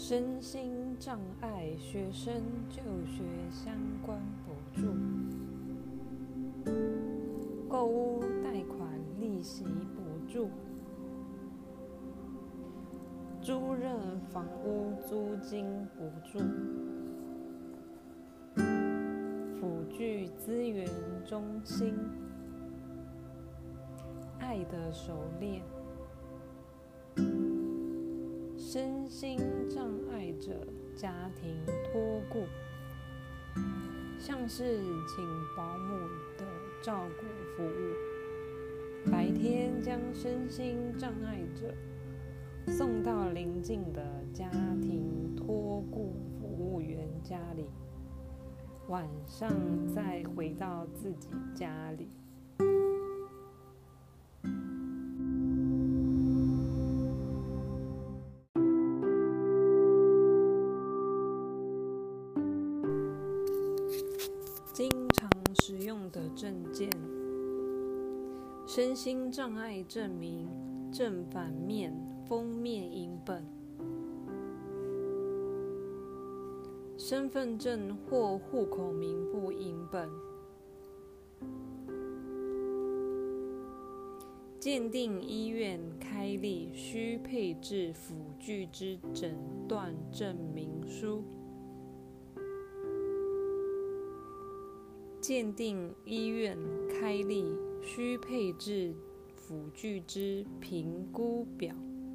身心障碍学生就学相关补助，购屋贷款利息补助，租赁房屋租金补助，辅具资源中心，爱的手链，身心障碍者家庭托顾，像是请保姆的照顾服务，白天将身心障碍者送到邻近的家庭托顾服务员家里，晚上再回到自己家里。经常使用的证件：身心障碍证明正反面封面影本，身份证或户口名簿影本，鉴定医院开立需配置辅具之诊断证明书，鉴定医院开立需配置辅具之评估表，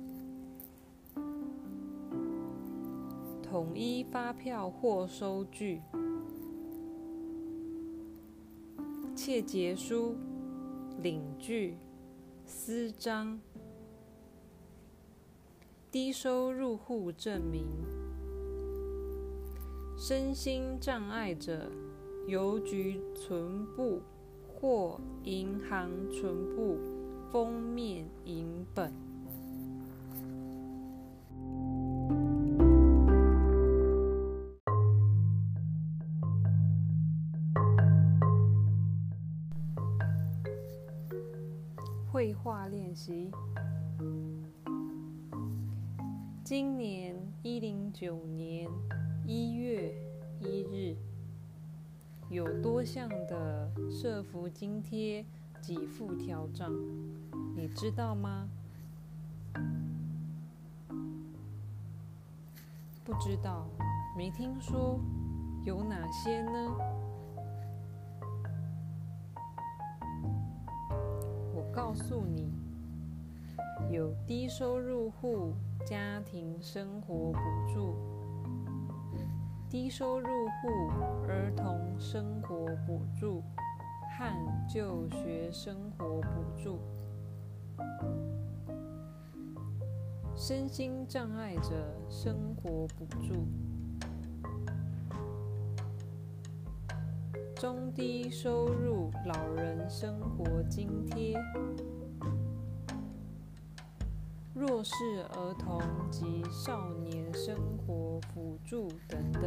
统一发票或收据，切结书、领据、私章，低收入户证明，身心障碍者邮局存簿或银行存簿封面影本。绘画练习。今年109年1月1日，有多项的社福津贴给付调涨，你知道吗？不知道，没听说，有哪些呢？我告诉你，有低收入户家庭生活补助、低收入户儿童生活补助和就学生活补助，身心障碍者生活补助，中低收入老人生活津贴，弱势儿童及少年生活辅助等等。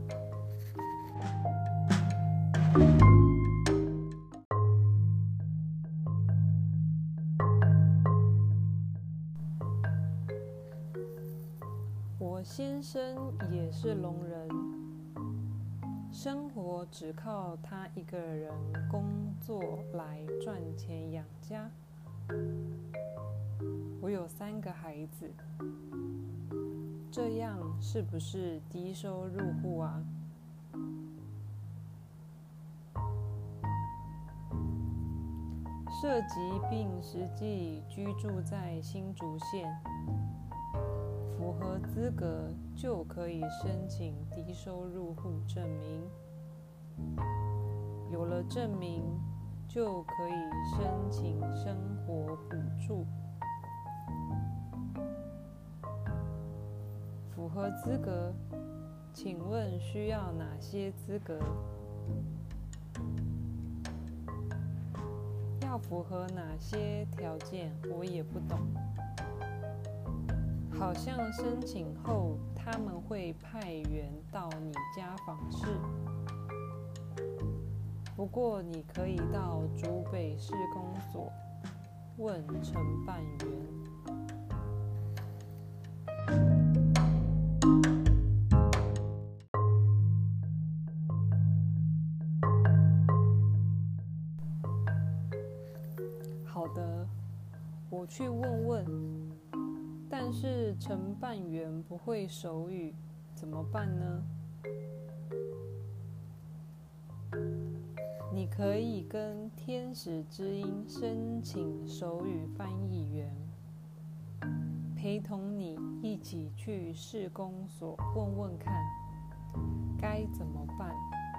我先生也是聋人，生活只靠他一个人工作来赚钱养家。我有3个孩子，这样是不是低收入户啊？涉及并实际居住在新竹县，符合资格就可以申请低收入户证明。有了证明，就可以申请生活补助。符合资格，请问需要哪些资格？要符合哪些条件？我也不懂。好像申请后，他们会派员到你家访视。不过你可以到竹北市公所问承办员。 好的，我去问问。但是承办员不会手语，怎么办呢？你可以跟天使之音申请手语翻译员，陪同你一起去市公所问问看，该怎么办？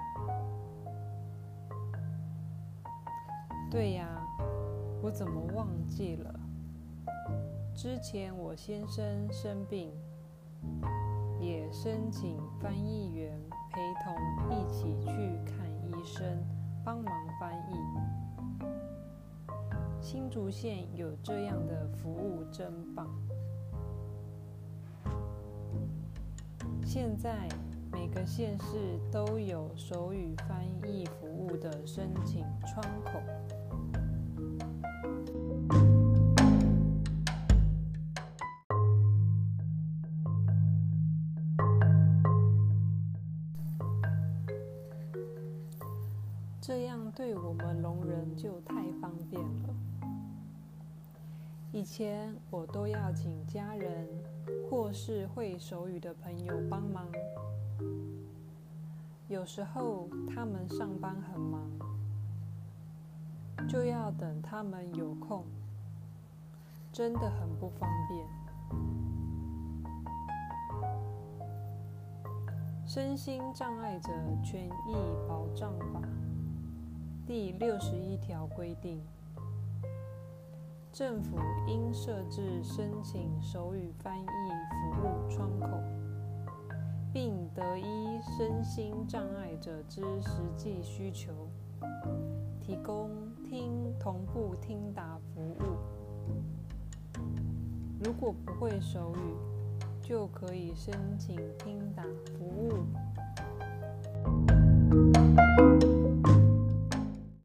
对呀，我怎么忘记了？之前我先生生病，也申请翻译员陪同一起去看医生，帮忙翻译。新竹县有这样的服务真棒。现在每个县市都有手语翻译服务的申请窗口。这样对我们聋人就太方便了。以前我都要请家人或是会手语的朋友帮忙，有时候他们上班很忙，就要等他们有空，真的很不方便。身心障碍者权益保障法第61条规定，政府应设置申请手语翻译服务窗口，并得依身心障碍者之实际需求，提供同步听打服务。如果不会手语，就可以申请听打服务。